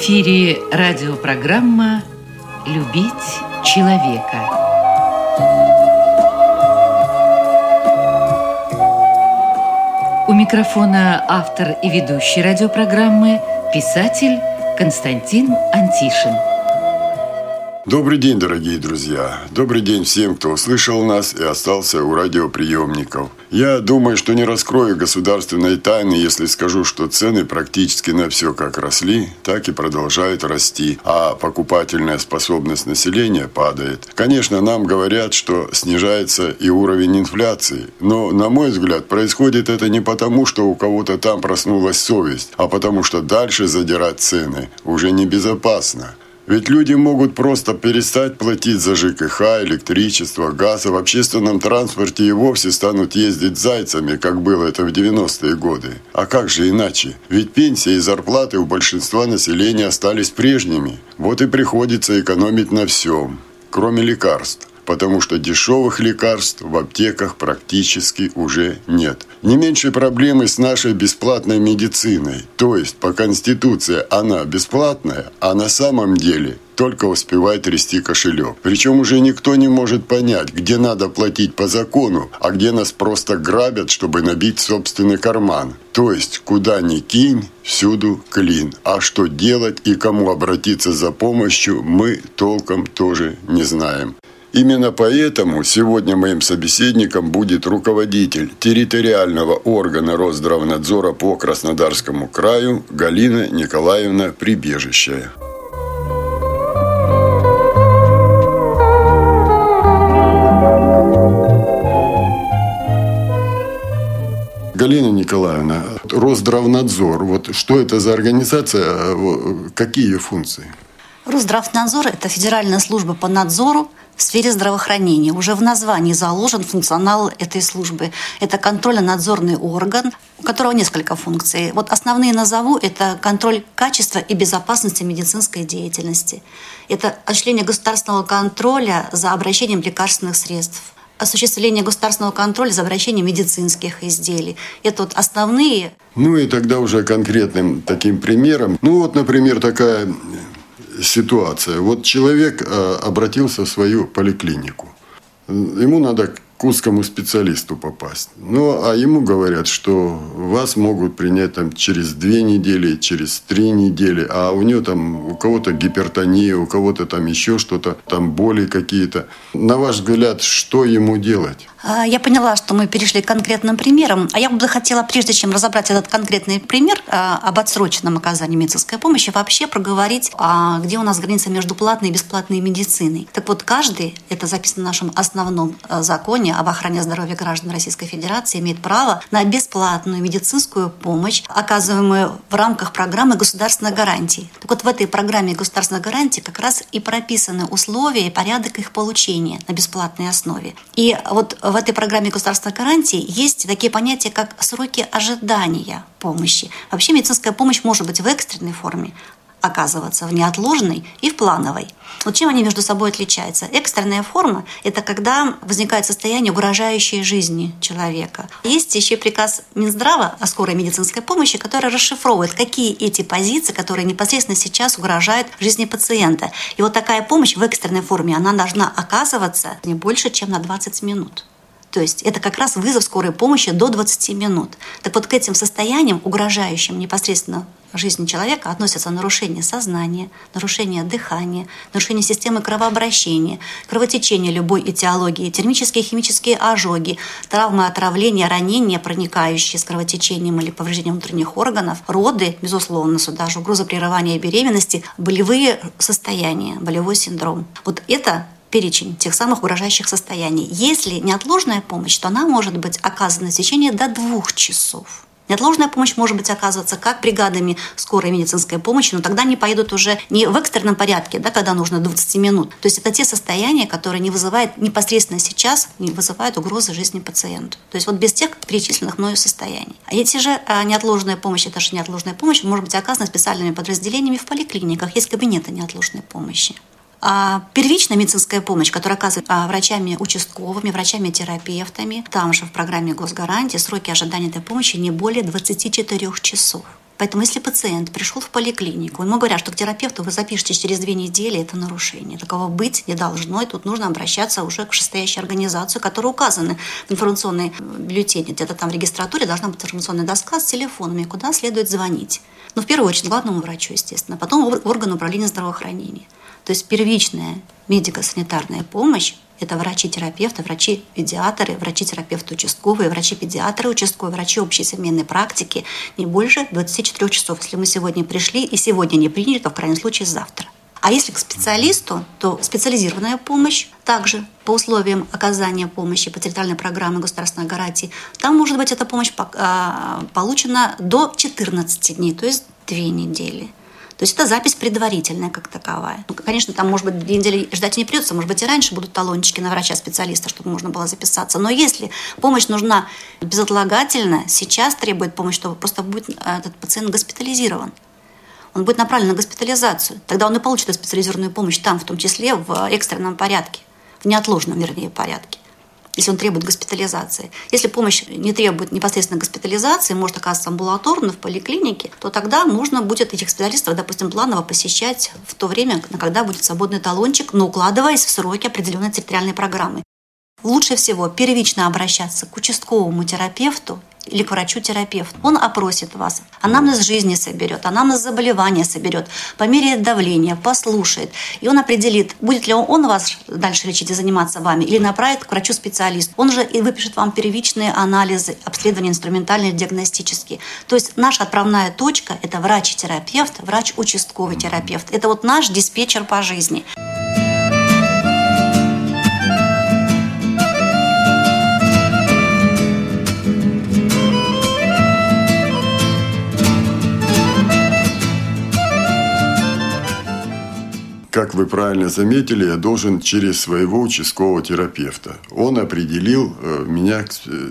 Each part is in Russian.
эфире радиопрограмма «Любить человека». У микрофона автор и ведущий радиопрограммы писатель Константин Антишин. Добрый день, дорогие друзья! Добрый день всем, кто услышал нас и остался у радиоприемников. Я думаю, что не раскрою государственной тайны, если скажу, что цены практически на все как росли, так и продолжают расти, а покупательная способность населения падает. Конечно, нам говорят, что снижается и уровень инфляции, но, на мой взгляд, происходит это не потому, что у кого-то там проснулась совесть, а потому что дальше задирать цены уже небезопасно. Ведь люди могут просто перестать платить за ЖКХ, электричество, газ, а в общественном транспорте и вовсе станут ездить зайцами, как было это в 90-е годы. А как же иначе? Ведь пенсии и зарплаты у большинства населения остались прежними. Вот и приходится экономить на всем, кроме лекарств. Потому что дешевых лекарств в аптеках практически уже нет. Не меньше проблемы с нашей бесплатной медициной. То есть, по Конституции она бесплатная, а на самом деле только успевает трясти кошелек. Причем уже никто не может понять, где надо платить по закону, а где нас просто грабят, чтобы набить собственный карман. То есть, куда ни кинь, всюду клин. А что делать и кому обратиться за помощью, мы толком тоже не знаем. Именно поэтому сегодня моим собеседником будет руководитель территориального органа Росздравнадзора по Краснодарскому краю Галина Николаевна Прибежищая. Галина Николаевна, Росздравнадзор, вот что это за организация, какие ее функции? Росздравнадзор – это федеральная служба по надзору в сфере здравоохранения. Уже в названии заложен функционал этой службы. Это контрольно-надзорный орган, у которого несколько функций. Вот основные назову – это контроль качества и безопасности медицинской деятельности. Это осуществление государственного контроля за обращением лекарственных средств. Осуществление государственного контроля за обращением медицинских изделий. Это вот основные. Ну и тогда уже конкретным таким примером. Ну вот, например, такая ситуация. Вот человек обратился в свою поликлинику. Ему надо к узкому специалисту попасть. Ну, а ему говорят, что вас могут принять там через 2 недели, через 3 недели, а у него там у кого-то гипертония, у кого-то там еще что-то, там боли какие-то. На ваш взгляд, что ему делать? Я поняла, что мы перешли к конкретным примерам. А я бы хотела, прежде чем разобрать этот конкретный пример об отсроченном оказании медицинской помощи, вообще проговорить, где у нас граница между платной и бесплатной медициной. Так вот, каждый, это записано в нашем основном законе об охране здоровья граждан Российской Федерации, имеет право на бесплатную медицинскую помощь, оказываемую в рамках программы государственных гарантий. Так вот, в этой программе государственных гарантий как раз и прописаны условия и порядок их получения на бесплатной основе. И вот в этой программе государственных гарантий есть такие понятия, как сроки ожидания помощи. Вообще медицинская помощь может быть в экстренной форме, оказываться в неотложной и в плановой. Вот чем они между собой отличаются? Экстренная форма – это когда возникает состояние, угрожающее жизни человека. Есть еще приказ Минздрава о скорой медицинской помощи, который расшифровывает, какие эти позиции, которые непосредственно сейчас угрожают жизни пациента. И вот такая помощь в экстренной форме, она должна оказываться не больше, чем на 20 минут. То есть это как раз вызов скорой помощи до 20 минут. Так вот, к этим состояниям, угрожающим непосредственно жизни человека, относятся нарушение сознания, нарушение дыхания, нарушение системы кровообращения, кровотечение любой этиологии, термические и химические ожоги, травмы, отравления, ранения, проникающие с кровотечением или повреждением внутренних органов, роды, безусловно, сюда же угроза прерывания беременности, болевые состояния, болевой синдром. Вот это перечень тех самых угрожающих состояний. Если неотложная помощь, то она может быть оказана в течение до 2 часов. Неотложная помощь может быть оказываться как бригадами скорой медицинской помощи, но тогда они поедут уже не в экстренном порядке, когда нужно 20 минут. То есть это те состояния, которые не вызывают непосредственно сейчас, не вызывают угрозы жизни пациенту. То есть вот без тех перечисленных мною состояний. А эти же неотложная помощь, это же неотложная помощь, может быть оказана специальными подразделениями в поликлиниках, есть кабинеты неотложной помощи. Первичная медицинская помощь, которая оказывается врачами участковыми, врачами-терапевтами, там же в программе госгарантии сроки ожидания этой помощи не более 24 часов. Поэтому если пациент пришел в поликлинику, ему говорят, что к терапевту вы запишетесь через 2 недели, это нарушение. Такого быть не должно, и тут нужно обращаться уже к вышестоящей организации, которые указаны в информационной бюллетене. Где-то там в регистратуре должна быть информационная доска с телефонами, куда следует звонить. Но в первую очередь главному врачу, естественно, потом органу управления здравоохранения. То есть первичная медико-санитарная помощь – это врачи-терапевты, врачи-педиатры, врачи-терапевты участковые, врачи-педиатры участковые, врачи общей семейной практики не больше 24 часов. Если мы сегодня пришли и сегодня не приняли, то в крайнем случае завтра. А если к специалисту, то специализированная помощь также по условиям оказания помощи по территориальной программе государственной гарантии, там может быть эта помощь получена до 14 дней, то есть 2 недели. То есть это запись предварительная как таковая. Ну, конечно, там, может быть, 2 недели ждать не придется, может быть, и раньше будут талончики на врача-специалиста, чтобы можно было записаться. Но если помощь нужна безотлагательно, сейчас требует помощь, то просто будет этот пациент госпитализирован. Он будет направлен на госпитализацию. Тогда он и получит эту специализированную помощь там, в том числе в экстренном порядке, в неотложном, вернее, порядке, если он требует госпитализации. Если помощь не требует непосредственно госпитализации, может оказаться амбулаторно в поликлинике, то тогда можно будет этих специалистов, допустим, планово посещать в то время, когда будет свободный талончик, но укладываясь в сроки определенной территориальной программы. Лучше всего первично обращаться к участковому терапевту или к врачу-терапевту. Он опросит вас, анамнез жизни соберет, анамнез заболевания соберет, померяет давление, послушает. И он определит, будет ли он вас дальше лечить и заниматься вами, или направит к врачу-специалисту. Он же и выпишет вам первичные анализы, обследования инструментальные, диагностические. То есть наша отправная точка – это врач-терапевт, врач-участковый терапевт. Это вот наш диспетчер по жизни. Как вы правильно заметили, я должен через своего участкового терапевта. Он определил меня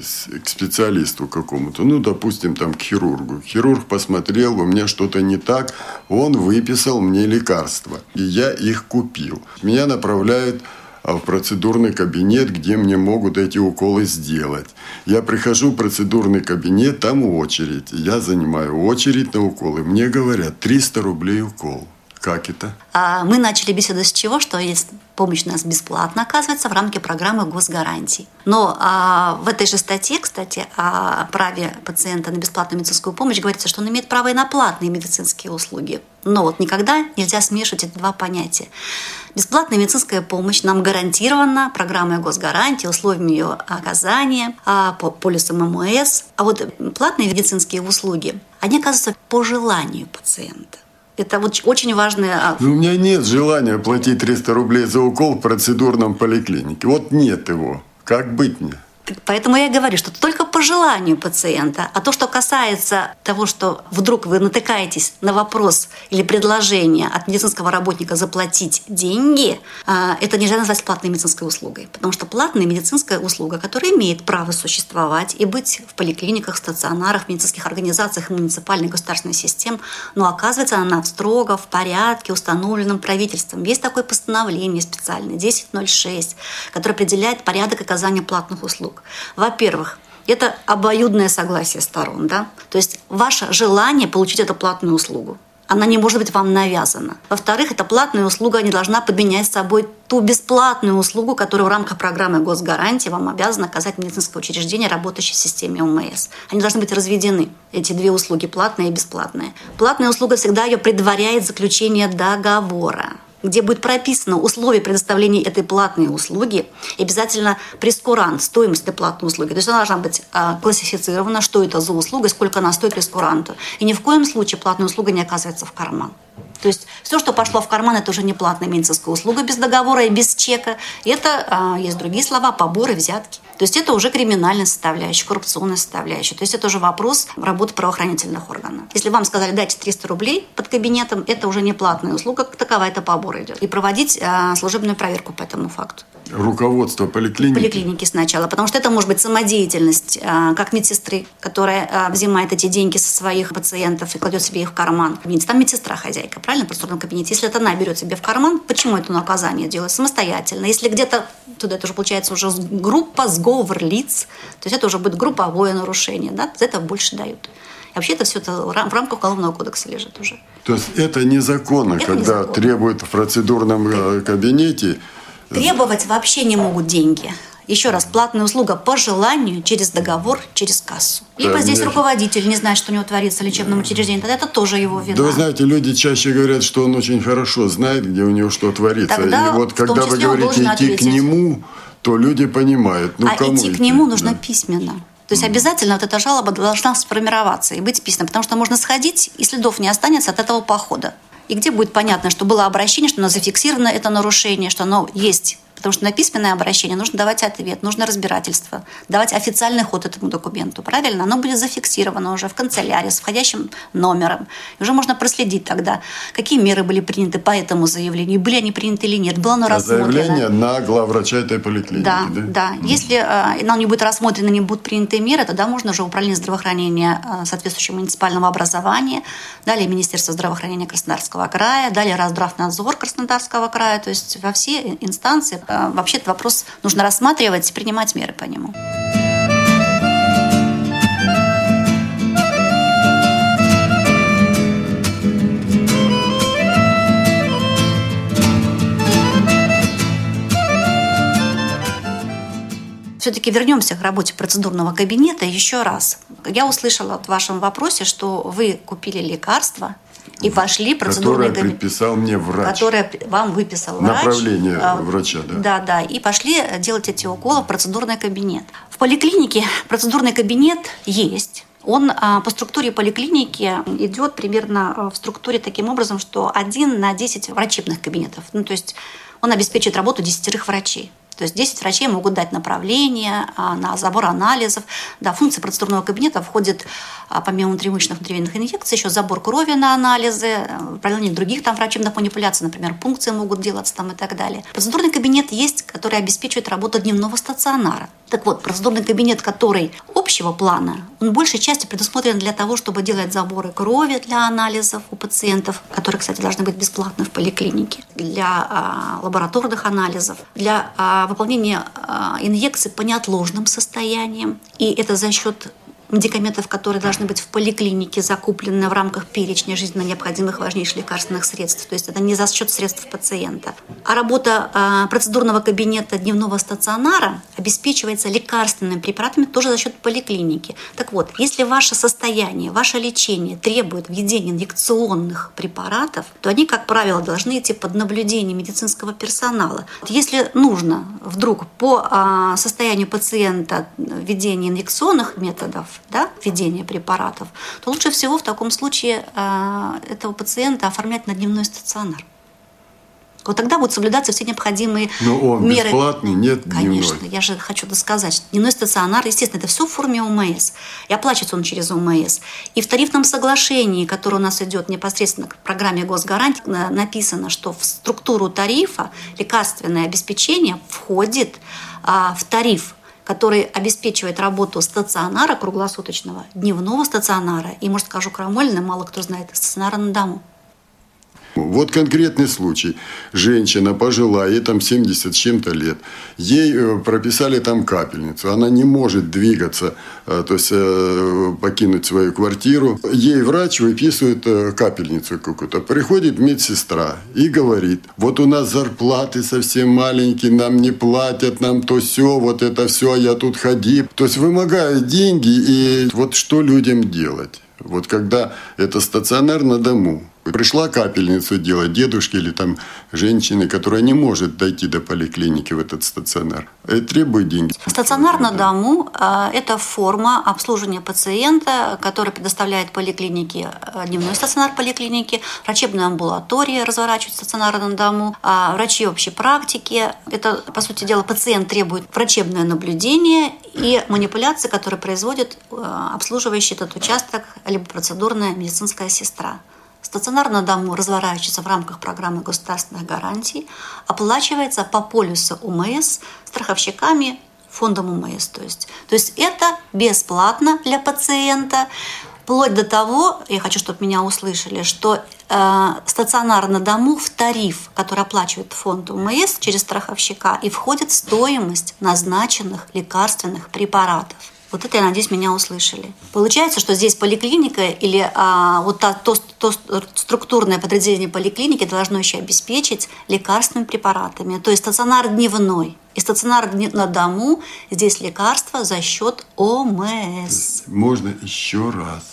к специалисту какому-то, ну, допустим, там, к хирургу. Хирург посмотрел, у меня что-то не так, он выписал мне лекарства, и я их купил. Меня направляют в процедурный кабинет, где мне могут эти уколы сделать. Я прихожу в процедурный кабинет, там очередь. Я занимаю очередь на уколы. Мне говорят, 300 рублей укол. Как это? Мы начали беседу с чего? Что есть помощь у нас бесплатно, оказывается, в рамках программы госгарантий. Но в этой же статье, кстати, о праве пациента на бесплатную медицинскую помощь говорится, что он имеет право и на платные медицинские услуги. Но вот никогда нельзя смешивать эти два понятия. Бесплатная медицинская помощь нам гарантирована программой госгарантии, условиями ее оказания, по полису ММС. А вот платные медицинские услуги, они оказываются по желанию пациента. Это вот очень важное... У меня нет желания платить 300 рублей за укол в процедурном поликлинике. Вот нет его. Как быть мне? Поэтому я говорю, что только по желанию пациента. А то, что касается того, что вдруг вы натыкаетесь на вопрос или предложение от медицинского работника заплатить деньги, это нельзя назвать платной медицинской услугой. Потому что платная медицинская услуга, которая имеет право существовать и быть в поликлиниках, стационарах, медицинских организациях и муниципальной государственной системе, но оказывается она строго в порядке, установленном правительством. Есть такое постановление специальное, 1006, которое определяет порядок оказания платных услуг. Во-первых, это обоюдное согласие сторон, да? То есть ваше желание получить эту платную услугу. Она не может быть вам навязана. Во-вторых, эта платная услуга не должна подменять с собой ту бесплатную услугу, которую в рамках программы госгарантии вам обязано оказать медицинское учреждение, работающее в системе ОМС. Они должны быть разведены, эти две услуги, платная и бесплатная. Платная услуга всегда ее предваряет заключение договора, где будет прописано условия предоставления этой платной услуги и обязательно прескурант, стоимость этой платной услуги. То есть она должна быть классифицирована, что это за услуга, сколько она стоит прескуранту. И ни в коем случае платная услуга не оказывается в карман. То есть все, что пошло в карман, это уже не платная медицинская услуга без договора и без чека. Это, есть другие слова, поборы, взятки. То есть это уже криминальная составляющая, коррупционная составляющая. То есть это уже вопрос работы правоохранительных органов. Если вам сказали, дайте 300 рублей под кабинетом, это уже не платная услуга, как таковая, это побор идет. И проводить служебную проверку по этому факту. Руководство поликлиники? Поликлиники сначала, потому что это может быть самодеятельность, как медсестры, которая взимает эти деньги со своих пациентов и кладет себе их в карман. Там медсестра хозяйка, правильно, в процедурном кабинете. Если это она берет себе в карман, почему это наказание делать самостоятельно? Если где-то туда, это уже получается уже группа, сговор лиц, то есть это уже будет групповое нарушение, да, за это больше дают. И вообще это все это в рамках Уголовного кодекса лежит уже. То есть это незаконно, это когда незаконно. Требуют в процедурном кабинете. Требовать вообще не могут деньги. Еще раз, платная услуга по желанию, через договор, через кассу. Либо здесь руководитель не знает, что у него творится в лечебном учреждении, тогда это тоже его вина. Да вы знаете, люди чаще говорят, что он очень хорошо знает, где у него что творится. Тогда, и вот когда вы говорите идти ответить. к нему, то люди понимают, кому идти к нему нужно письменно. То есть обязательно вот эта жалоба должна сформироваться и быть письменной, потому что можно сходить, и следов не останется от этого похода. И где будет понятно, что было обращение, что оно зафиксировано, это нарушение, что оно есть. Потому что на письменное обращение нужно давать ответ, нужно разбирательство, давать официальный ход этому документу. Правильно? Оно будет зафиксировано уже в канцелярии с входящим номером. И уже можно проследить тогда, какие меры были приняты по этому заявлению, были они приняты или нет, было оно рассмотрено. Заявление на главврача этой поликлиники, да? Если оно не будет рассмотрено, не будут приняты меры, тогда можно уже управление здравоохранения соответствующего муниципального образования, далее Министерство здравоохранения Краснодарского края, далее Росздравнадзор Краснодарского края, то есть во все инстанции. Вообще этот вопрос нужно рассматривать и принимать меры по нему. Все-таки вернемся к работе процедурного кабинета еще раз. Я услышала в вашем вопросе, что вы купили лекарство и пошли процедурный кабинет. Которое предписал мне врач. Которое вам выписал врач. Направление врача, да. Да. И пошли делать эти уколы в процедурный кабинет. В поликлинике процедурный кабинет есть. Он по структуре поликлиники идет примерно в структуре таким образом, что 1 на 10 врачебных кабинетов. То есть он обеспечит работу 10 врачей. То есть 10 врачей могут дать направление на забор анализов. Да, функции процедурного кабинета входит, помимо внутримышечных внутривенных инъекций, еще забор крови на анализы, проведение других врачебных манипуляций, например, пункции могут делаться и так далее. Процедурный кабинет есть, который обеспечивает работу дневного стационара. Так вот, процедурный кабинет, который общего плана, он большей частью предусмотрен для того, чтобы делать заборы крови для анализов у пациентов, которые, кстати, должны быть бесплатны в поликлинике, для лабораторных анализов, для выполнения инъекций по неотложным состояниям. И это за счет медикаментов, которые должны быть в поликлинике закуплены в рамках перечня жизненно необходимых важнейших лекарственных средств. То есть это не за счет средств пациента. А работа процедурного кабинета дневного стационара обеспечивается лекарственными препаратами тоже за счет поликлиники. Так вот, если ваше состояние, ваше лечение требует введения инъекционных препаратов, то они, как правило, должны идти под наблюдением медицинского персонала. Если нужно вдруг по состоянию пациента введение инъекционных методов, введение препаратов, то лучше всего в таком случае этого пациента оформлять на дневной стационар. Вот тогда будут соблюдаться все необходимые меры. Но он бесплатный, нет дневной. Конечно, я же хочу досказать, что дневной стационар, естественно, это все в форме ОМС. И оплачивается он через ОМС. И в тарифном соглашении, которое у нас идет непосредственно к программе госгарантий, написано, что в структуру тарифа лекарственное обеспечение входит в тариф, который обеспечивает работу стационара круглосуточного, дневного стационара и, может, скажу крамольно, мало кто знает, стационара на дому. Вот конкретный случай. Женщина пожилая, ей 70 с чем-то лет. Ей прописали капельницу. Она не может двигаться, то есть покинуть свою квартиру. Ей врач выписывает капельницу какую-то. Приходит медсестра и говорит: вот у нас зарплаты совсем маленькие, нам не платят, нам то все, вот это все, а я тут ходи. То есть вымогают деньги, и вот что людям делать? Вот когда это стационар на дому. Пришла капельницу делать дедушке или женщине, которая не может дойти до поликлиники в этот стационар, и требует деньги. Стационар на дому – это форма обслуживания пациента, которая предоставляет поликлинике, дневной стационар поликлиники, врачебная амбулатория разворачивает стационары на дому, врачи общей практики. Это, по сути дела, пациент требует врачебное наблюдение и манипуляции, которые производит обслуживающий этот участок, либо процедурная медицинская сестра. Стационар на дому разворачивается в рамках программы государственных гарантий, оплачивается по полису ОМС страховщиками, фондом ОМС. То есть это бесплатно для пациента, вплоть до того, я хочу, чтобы меня услышали, что стационар на дому в тариф, который оплачивает фонд ОМС через страховщика, и входит в стоимость назначенных лекарственных препаратов. Вот это, я надеюсь, меня услышали. Получается, что здесь поликлиника или то структурное подразделение поликлиники должно еще обеспечить лекарственными препаратами. То есть стационар дневной и стационар на дому, здесь лекарства за счет ОМС. Можно еще раз,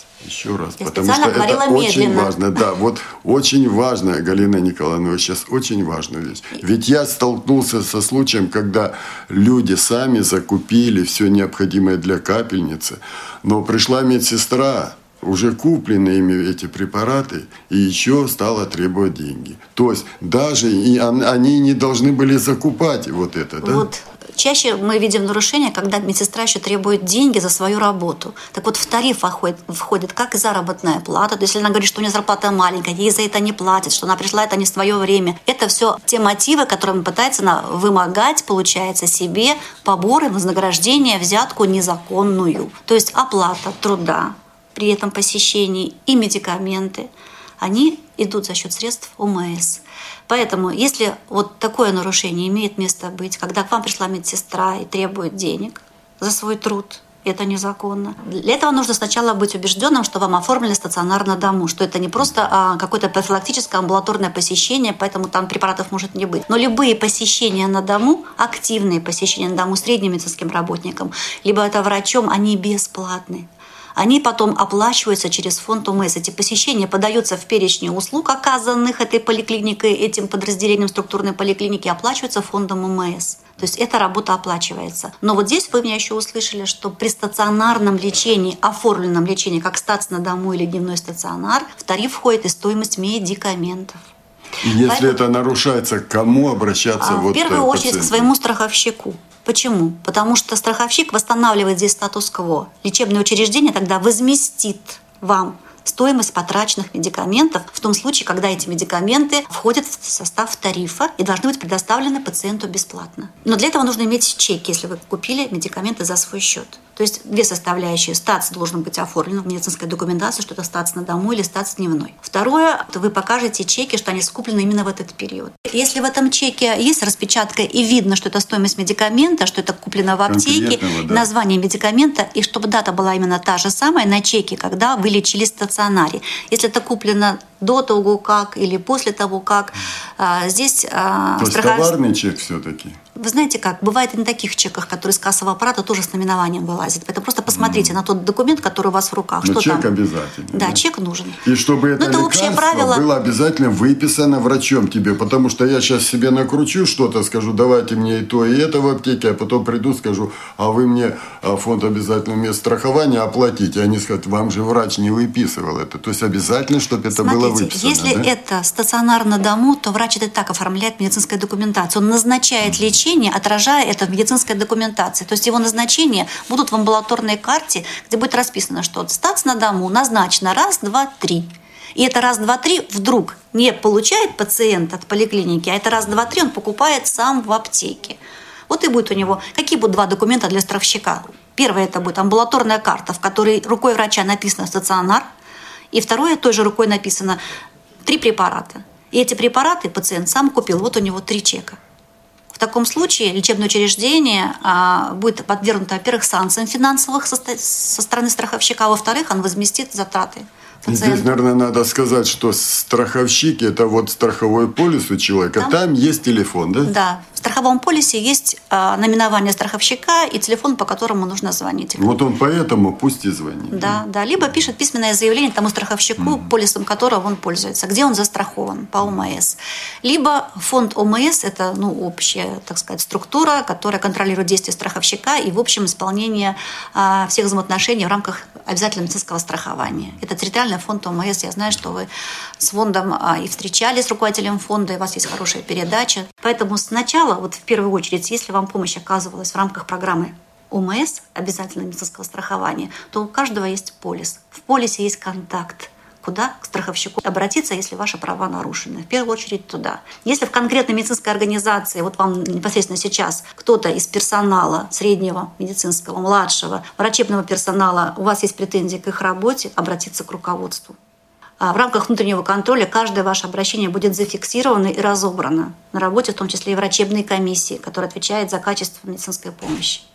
Я потому что это медленно. очень важно. Да, вот очень важно, Галина Николаевна, сейчас очень важная вещь. Ведь я столкнулся со случаем, когда люди сами закупили все необходимое для капельницы, но пришла медсестра, уже куплены ими эти препараты, и еще стала требовать деньги. То есть даже они не должны были закупать вот это, да? Вот чаще мы видим нарушения, когда медсестра еще требует деньги за свою работу. Так вот, в тариф входит как и заработная плата. То есть, если она говорит, что у нее зарплата маленькая, ей за это не платят, что она пришла, это не в свое время. Это все те мотивы, которыми пытается она вымогать, получается, себе поборы, вознаграждение, взятку незаконную. То есть оплата труда при этом посещении и медикаменты, они идут за счет средств ОМС. Поэтому, если вот такое нарушение имеет место быть, когда к вам пришла медсестра и требует денег за свой труд, это незаконно. Для этого нужно сначала быть убежденным, что вам оформили стационар на дому, что это не просто какое-то профилактическое амбулаторное посещение, поэтому там препаратов может не быть. Но любые посещения на дому, активные посещения на дому средним медицинским работникам, либо это врачом, они бесплатны. Они потом оплачиваются через фонд ОМС. Эти посещения подаются в перечне услуг, оказанных этой поликлиникой, этим подразделением структурной поликлиники, оплачиваются фондом ОМС. То есть эта работа оплачивается. Но вот здесь вы меня еще услышали, что при стационарном лечении, оформленном лечении, как стац на дому или дневной стационар, в тариф входит и стоимость медикаментов. И если это нарушается, к кому обращаться? В первую очередь к своему страховщику. Почему? Потому что страховщик восстанавливает здесь статус-кво. Лечебное учреждение тогда возместит вам стоимость потраченных медикаментов в том случае, когда эти медикаменты входят в состав тарифа и должны быть предоставлены пациенту бесплатно. Но для этого нужно иметь чеки, если вы купили медикаменты за свой счет. То есть две составляющие. Стац должен быть оформлен в медицинской документации, что это стац на дому или стац дневной. Второе, вы покажете чеки, что они скуплены именно в этот период. Если в этом чеке есть распечатка и видно, что это стоимость медикамента, что это куплено в аптеке, да, название медикамента, и чтобы дата была именно та же самая на чеке, когда вы лечились в стационаре. Если это куплено до того, как, или после того, как, здесь... То есть товарный чек все-таки? Вы знаете как, бывает и на таких чеках, которые с кассового аппарата тоже с номинованием вылазят. Поэтому просто посмотрите на тот документ, который у вас в руках. Но что чек там. Обязательно. Да, чек нужен. И чтобы это лекарство было обязательно выписано врачом тебе. Потому что я сейчас себе накручу что-то, скажу, давайте мне и то, и это в аптеке, а потом приду, скажу, а вы мне фонд обязательного медстрахования оплатите. Они скажут, вам же врач не выписывал это. То есть обязательно, чтобы это было выписано. Если это стационар на дому, то врач это так оформляет медицинскую документацию. Он назначает лечение, отражая это в медицинской документации. То есть его назначения будут в амбулаторной карте, где будет расписано, что стац на дому назначено 1, 2, 3. И это 1, 2, 3 вдруг не получает пациент от поликлиники, а это 1, 2, 3 он покупает сам в аптеке. Вот и будет у него. Какие будут два документа для страховщика? Первое это будет амбулаторная карта, в которой рукой врача написано стационар. И второе, той же рукой написано 3 препарата. И эти препараты пациент сам купил. Вот у него 3 чека. В таком случае лечебное учреждение будет подвергнуто, во-первых, санкциям финансовых со стороны страховщика, а во-вторых, он возместит затраты пациента. Здесь, наверное, надо сказать, что страховщик – это вот страховой полис у человека. Там есть телефон, да? Да. В страховом полисе есть наименование страховщика и телефон, по которому нужно звонить. Вот он поэтому пусть и звонит. Да, да. Либо пишет письменное заявление тому страховщику, полисом которого он пользуется, где он застрахован по ОМС. Либо фонд ОМС – это общая, так сказать, структура, которая контролирует действия страховщика и, в общем, исполнение всех взаимоотношений в рамках обязательного медицинского страхования. Это территориальный фонд ОМС. Я знаю, что вы с фондом и встречались с руководителем фонда, и у вас есть хорошая передача. Поэтому сначала, вот в первую очередь, если вам помощь оказывалась в рамках программы ОМС, обязательного медицинского страхования, то у каждого есть полис. В полисе есть контакт, куда к страховщику обратиться, если ваши права нарушены. В первую очередь туда. Если в конкретной медицинской организации, вот вам непосредственно сейчас кто-то из персонала среднего медицинского, младшего, врачебного персонала, у вас есть претензии к их работе, обратиться к руководству. В рамках внутреннего контроля каждое ваше обращение будет зафиксировано и разобрано на работе, в том числе и врачебной комиссии, которая отвечает за качество медицинской помощи.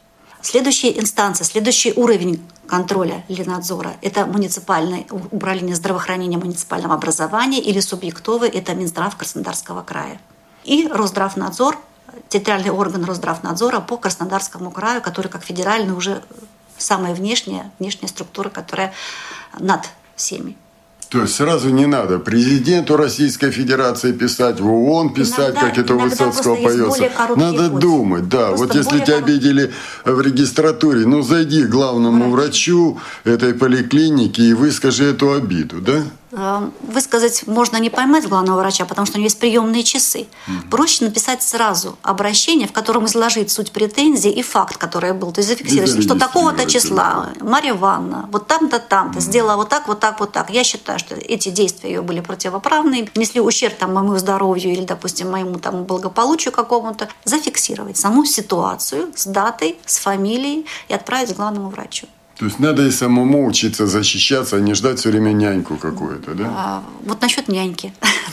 Следующая инстанция, следующий уровень контроля или надзора – это муниципальное управление здравоохранения, муниципального образования или субъектовый – это Минздрав Краснодарского края. И Росздравнадзор, территориальный орган Росздравнадзора по Краснодарскому краю, который как федеральный уже самая внешняя структура, которая над всеми. То есть сразу не надо президенту Российской Федерации писать, в ООН писать, как это у Высоцкого поется. Надо думать, да. Просто вот если тебя обидели в регистратуре, зайди к главному врачу этой поликлиники и выскажи эту обиду, да? Высказать можно не поймать главного врача, потому что у него есть приемные часы. Проще написать сразу обращение, в котором изложить суть претензий и факт, который был. То есть зафиксировать, что такого-то числа Марья Ивановна вот там-то, там-то сделала вот так, вот так, вот так. Я считаю, что эти действия ее были противоправные, несли ущерб моему здоровью или, допустим, моему благополучию какому-то. Зафиксировать саму ситуацию с датой, с фамилией и отправить к главному врачу. То есть надо и самому учиться защищаться, а не ждать все время няньку какую-то, да? Вот насчет няньки.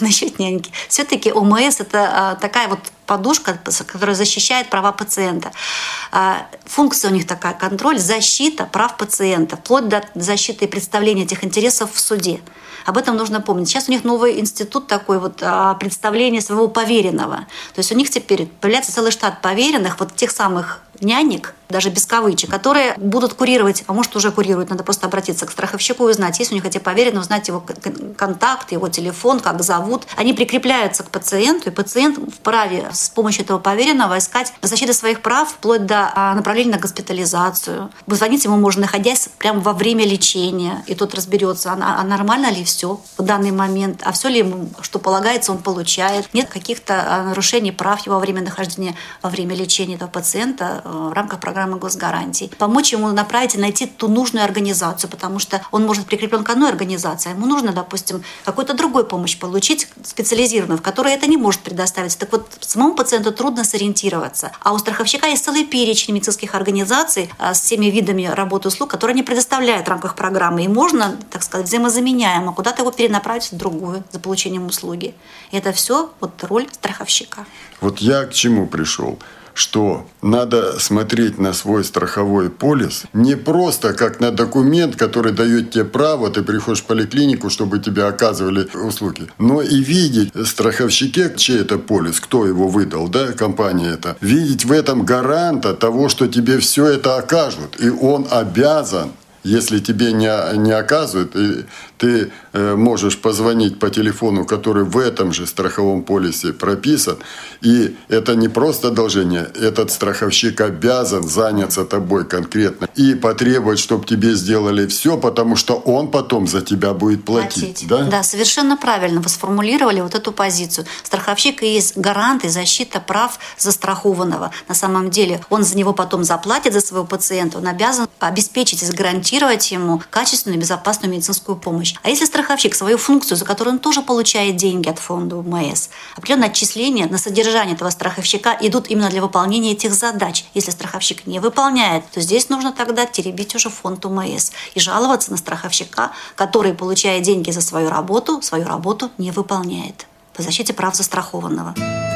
Все-таки ОМС – это такая вот подушка, которая защищает права пациента. Функция у них такая – контроль, защита прав пациента, вплоть до защиты и представления этих интересов в суде. Об этом нужно помнить. Сейчас у них новый институт такой представления своего поверенного. То есть у них теперь появляется целый штат поверенных, вот тех самых нянек, даже без кавычек, которые будут курировать, а может уже курируют, надо просто обратиться к страховщику и узнать, есть у них эти поверенные, узнать его контакт, его телефон, как зовут. Они прикрепляются к пациенту, и пациент вправе с помощью этого поверенного искать защиту своих прав вплоть до направления на госпитализацию. Звонить ему можно, находясь прямо во время лечения, и тот разберется, а нормально ли все в данный момент, а все ли ему, что полагается, он получает. Нет каких-то нарушений прав его во время нахождения, во время лечения этого пациента в рамках программы госгарантий. Помочь ему направить и найти ту нужную организацию, потому что он может прикреплен к одной организации, а ему нужно, допустим, какую-то другую помощь получить, специализированную, в которой это не может предоставить. Так вот, самому пациенту трудно сориентироваться. А у страховщика есть целый перечень медицинских организаций с всеми видами работы и услуг, которые они предоставляют в рамках программы. И можно, так сказать, взаимозаменяемо куда-то его перенаправить в другую за получением услуги. И это все роль страховщика. Вот я к чему пришел? Что надо смотреть на свой страховой полис не просто как на документ, который дает тебе право, ты приходишь в поликлинику, чтобы тебе оказывали услуги, но и видеть в страховщике, чей это полис, кто его выдал, да, компания это, видеть в этом гаранта того, что тебе все это окажут, и он обязан. Если тебе не оказывают, ты можешь позвонить по телефону, который в этом же страховом полисе прописан. И это не просто одолжение. Этот страховщик обязан заняться тобой конкретно и потребовать, чтобы тебе сделали все, потому что он потом за тебя будет платить. Да? Да, совершенно правильно вы сформулировали вот эту позицию. Страховщик и есть гарант и защита прав застрахованного. На самом деле он за него потом заплатит, за своего пациента. Он обязан обеспечить и гарантировать ему качественную и безопасную медицинскую помощь. А если страховщик свою функцию, за которую он тоже получает деньги от фонда ОМС, определенные отчисления на содержание этого страховщика идут именно для выполнения этих задач. Если страховщик не выполняет, то здесь нужно тогда теребить уже фонд ОМС и жаловаться на страховщика, который, получая деньги за свою работу не выполняет по защите прав застрахованного.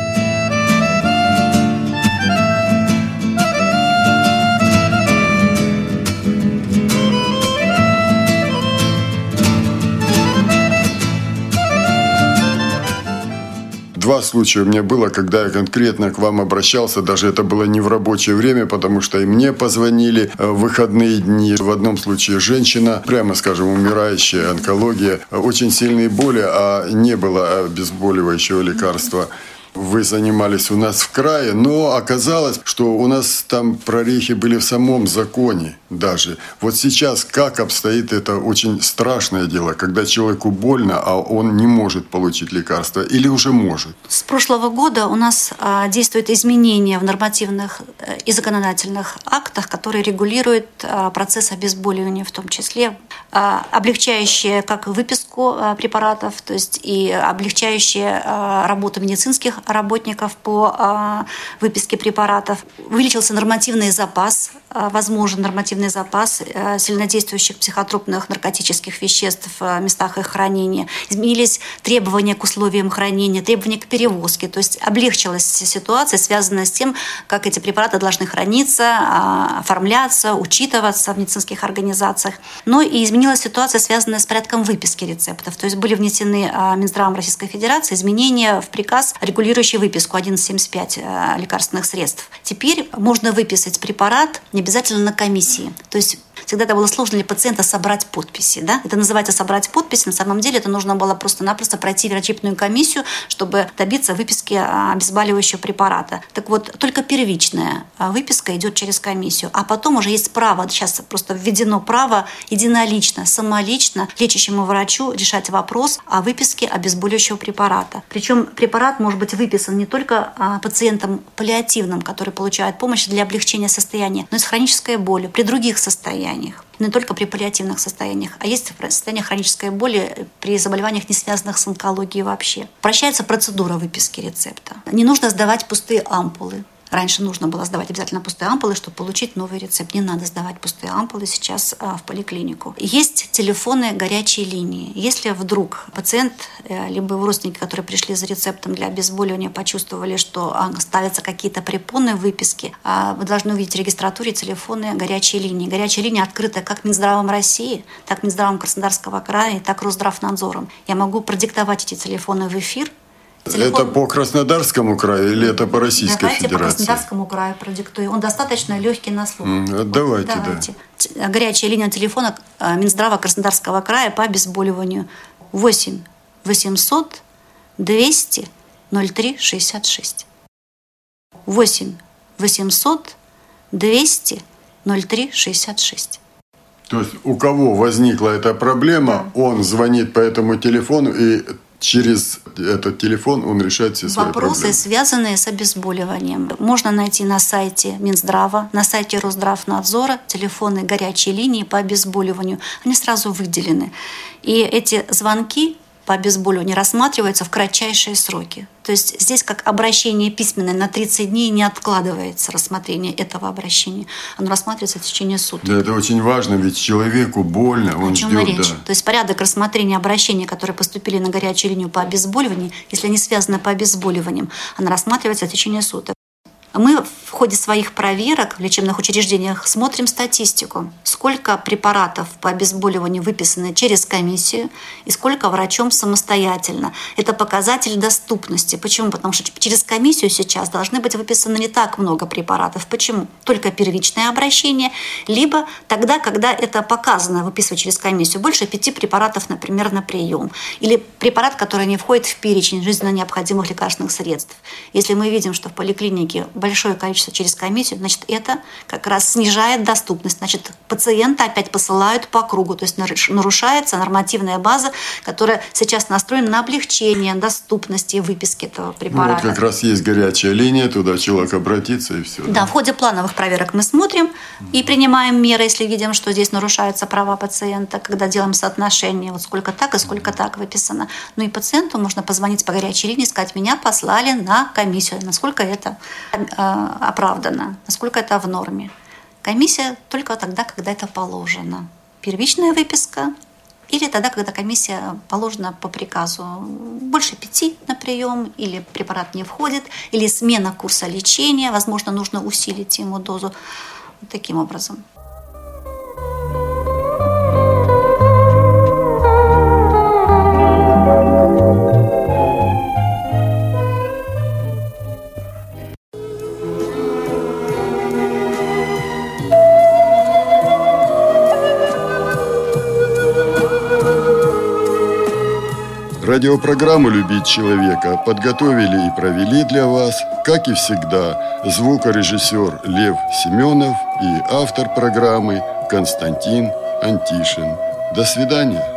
Два случая у меня было, когда я конкретно к вам обращался, даже это было не в рабочее время, потому что и мне позвонили в выходные дни. В одном случае женщина, прямо скажем, умирающая, онкология, очень сильные боли, а не было обезболивающего лекарства. Вы занимались у нас в крае, но оказалось, что у нас там прорехи были в самом законе даже. Вот сейчас как обстоит это очень страшное дело, когда человеку больно, а он не может получить лекарство или уже может? С прошлого года у нас действуют изменения в нормативных и законодательных актах, которые регулируют процесс обезболивания, в том числе облегчающие как выписку препаратов, то есть и облегчающие работу медицинских работников по выписке препаратов. Увеличился нормативный запас возможен нормативный запас сильнодействующих психотропных наркотических веществ в местах их хранения. Изменились требования к условиям хранения, требования к перевозке. То есть облегчилась ситуация, связанная с тем, как эти препараты должны храниться, оформляться, учитываться в медицинских организациях. Но и изменилась ситуация, связанная с порядком выписки рецептов. То есть были внесены Минздравом Российской Федерации изменения в приказ, регулирующий выписку 1175 лекарственных средств. Теперь можно выписать препарат не обязательно на комиссии. То есть всегда это было сложно для пациента собрать подписи. Да? Это называется собрать подписи. На самом деле это нужно было просто-напросто пройти врачебную комиссию, чтобы добиться выписки обезболивающего препарата. Так вот, только первичная выписка идет через комиссию. А потом уже есть право, сейчас просто введено право единолично, самолично лечащему врачу решать вопрос о выписке обезболивающего препарата. Причем препарат может быть выписан не только пациентам паллиативным, которые получают помощь для облегчения состояния, но и с хронической болью при других состояниях. Не только при паллиативных состояниях, а есть состояние хронической боли при заболеваниях, не связанных с онкологией вообще. Упрощается процедура выписки рецепта. Не нужно сдавать пустые ампулы. Раньше нужно было сдавать обязательно пустые ампулы, чтобы получить новый рецепт. Не надо сдавать пустые ампулы сейчас в поликлинику. Есть телефоны горячей линии. Если вдруг пациент, либо его родственники, которые пришли за рецептом для обезболивания, почувствовали, что ставятся какие-то препоны в выписке, вы должны увидеть в регистратуре телефоны горячей линии. Горячая линия открыта как Минздравом России, так Минздравом Краснодарского края, так Росздравнадзором. Я могу продиктовать эти телефоны в эфир. Это по Краснодарскому краю или это по Российской Давайте Федерации? По Краснодарскому краю продиктую. Он достаточно легкий на слух. Давайте. Да. Горячая линия телефона Минздрава Краснодарского края по обезболиванию 8 800 200 03 66. 8 800 200 03 66. То есть у кого возникла эта проблема, он звонит по этому телефону и через этот телефон он решает все свои проблемы. Вопросы, связанные с обезболиванием, можно найти на сайте Минздрава, на сайте Росздравнадзора, телефоны горячей линии по обезболиванию. Они сразу выделены. И эти звонки по обезболиванию рассматриваются в кратчайшие сроки. То есть здесь как обращение письменное на 30 дней не откладывается рассмотрение этого обращения. Оно рассматривается в течение суток. Да, это очень важно, ведь человеку больно, он ждет. О чем речь? Да. То есть порядок рассмотрения обращений, которые поступили на горячую линию по обезболиванию, если они связаны по обезболиваниям, оно рассматривается в течение суток. Мы в ходе своих проверок в лечебных учреждениях смотрим статистику, сколько препаратов по обезболиванию выписаны через комиссию и сколько врачом самостоятельно. Это показатель доступности. Почему? Потому что через комиссию сейчас должны быть выписаны не так много препаратов. Почему? Только первичное обращение, либо тогда, когда это показано выписывать через комиссию, больше 5 препаратов, например, на прием. Или препарат, который не входит в перечень жизненно необходимых лекарственных средств. Если мы видим, что в поликлинике большое количество через комиссию, значит, это как раз снижает доступность. Значит, пациента опять посылают по кругу. То есть нарушается нормативная база, которая сейчас настроена на облегчение доступности выписки этого препарата. Ну, вот как раз есть горячая линия, туда человек обратится и все. Да, в ходе плановых проверок мы смотрим и принимаем меры, если видим, что здесь нарушаются права пациента, когда делаем соотношение, вот сколько так и сколько так выписано. Ну и пациенту можно позвонить по горячей линии и сказать, меня послали на комиссию, насколько это оправдано, насколько это в норме. Комиссия только тогда, когда это положено. Первичная выписка или тогда, когда комиссия положена по приказу. Больше 5 на прием, или препарат не входит, или смена курса лечения, возможно, нужно усилить ему дозу. Вот таким образом. Радиопрограмму «Любить человека» подготовили и провели для вас, как и всегда, звукорежиссер Лев Семенов и автор программы Константин Антишин. До свидания.